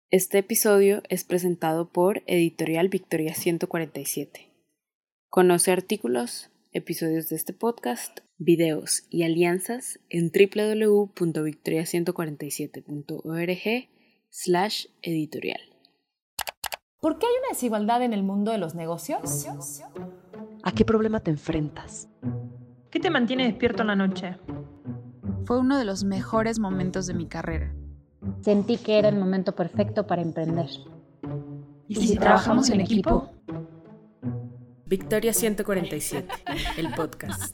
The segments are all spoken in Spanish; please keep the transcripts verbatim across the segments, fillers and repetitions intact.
Este episodio es presentado por Editorial Victoria ciento cuarenta y siete. Conoce artículos, episodios de este podcast, videos y alianzas en doble u doble u doble u punto victoria ciento cuarenta y siete punto org slash editorial. ¿Por qué hay una desigualdad en el mundo de los negocios? ¿A qué problema te enfrentas? ¿Qué te mantiene despierto en la noche? Fue uno de los mejores momentos de mi carrera. Sentí que era el momento perfecto para emprender. ¿Y si, si trabajamos en equipo? Victoria ciento cuarenta y siete, el podcast.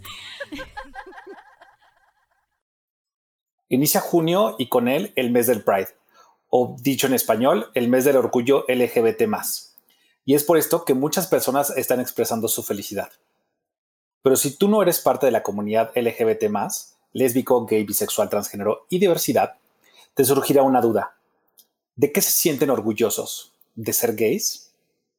Inicia junio y con él el mes del Pride, o dicho en español, el mes del orgullo L G B T más. Y es por esto que muchas personas están expresando su felicidad. Pero si tú no eres parte de la comunidad L G B T más, lésbico, gay, bisexual, transgénero y diversidad, te surgirá una duda. ¿De qué se sienten orgullosos? ¿De ser gays?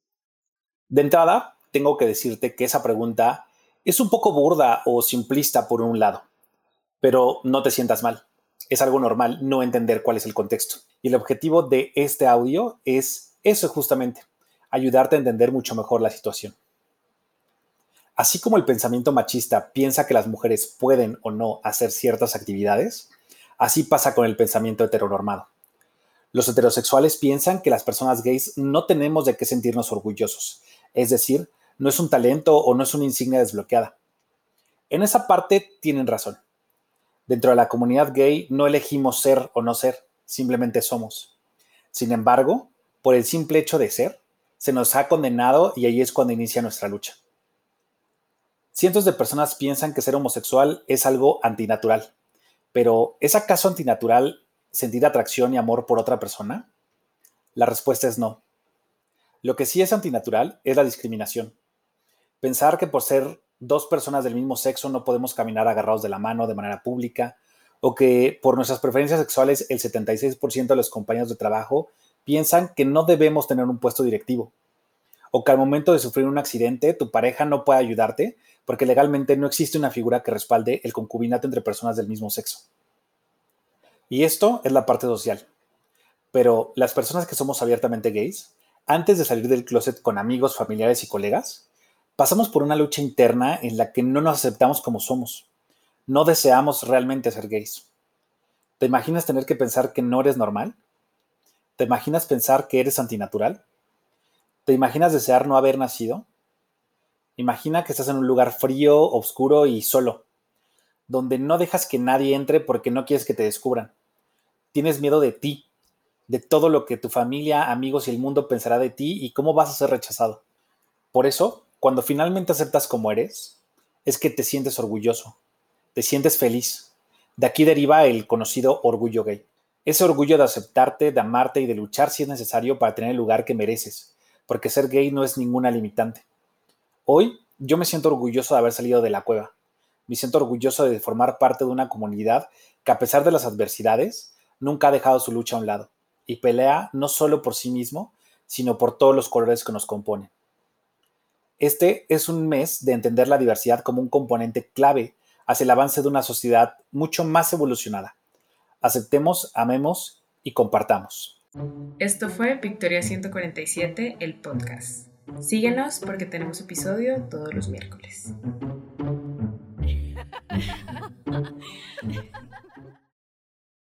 De entrada, tengo que decirte que esa pregunta es un poco burda o simplista por un lado. Pero no te sientas mal. Es algo normal no entender cuál es el contexto. Y el objetivo de este audio es eso justamente, ayudarte a entender mucho mejor la situación. Así como el pensamiento machista piensa que las mujeres pueden o no hacer ciertas actividades, así pasa con el pensamiento heteronormado. Los heterosexuales piensan que las personas gays no tenemos de qué sentirnos orgullosos, es decir, no es un talento o no es una insignia desbloqueada. En esa parte tienen razón. Dentro de la comunidad gay no elegimos ser o no ser, simplemente somos. Sin embargo, por el simple hecho de ser, se nos ha condenado y ahí es cuando inicia nuestra lucha. Cientos de personas piensan que ser homosexual es algo antinatural. Pero, ¿es acaso antinatural sentir atracción y amor por otra persona? La respuesta es no. Lo que sí es antinatural es la discriminación. Pensar que por ser dos personas del mismo sexo no podemos caminar agarrados de la mano de manera pública, o que por nuestras preferencias sexuales el setenta y seis por ciento de los compañeros de trabajo piensan que no debemos tener un puesto directivo, o que al momento de sufrir un accidente tu pareja no puede ayudarte porque legalmente no existe una figura que respalde el concubinato entre personas del mismo sexo. Y esto es la parte social. Pero las personas que somos abiertamente gays, antes de salir del closet con amigos, familiares y colegas, pasamos por una lucha interna en la que no nos aceptamos como somos. No deseamos realmente ser gays. ¿Te imaginas tener que pensar que no eres normal? ¿Te imaginas pensar que eres antinatural? ¿Te imaginas desear no haber nacido? Imagina que estás en un lugar frío, oscuro y solo, donde no dejas que nadie entre porque no quieres que te descubran. Tienes miedo de ti, de todo lo que tu familia, amigos y el mundo pensará de ti y cómo vas a ser rechazado. Por eso, cuando finalmente aceptas como eres, es que te sientes orgulloso, te sientes feliz. De aquí deriva el conocido orgullo gay. Ese orgullo de aceptarte, de amarte y de luchar si es necesario para tener el lugar que mereces, porque ser gay no es ninguna limitante. Hoy, yo me siento orgulloso de haber salido de la cueva. Me siento orgulloso de formar parte de una comunidad que, a pesar de las adversidades, nunca ha dejado su lucha a un lado y pelea no solo por sí mismo, sino por todos los colores que nos componen. Este es un mes de entender la diversidad como un componente clave hacia el avance de una sociedad mucho más evolucionada. Aceptemos, amemos y compartamos. Esto fue Victoria ciento cuarenta y siete, el podcast. Síguenos porque tenemos episodio todos los miércoles.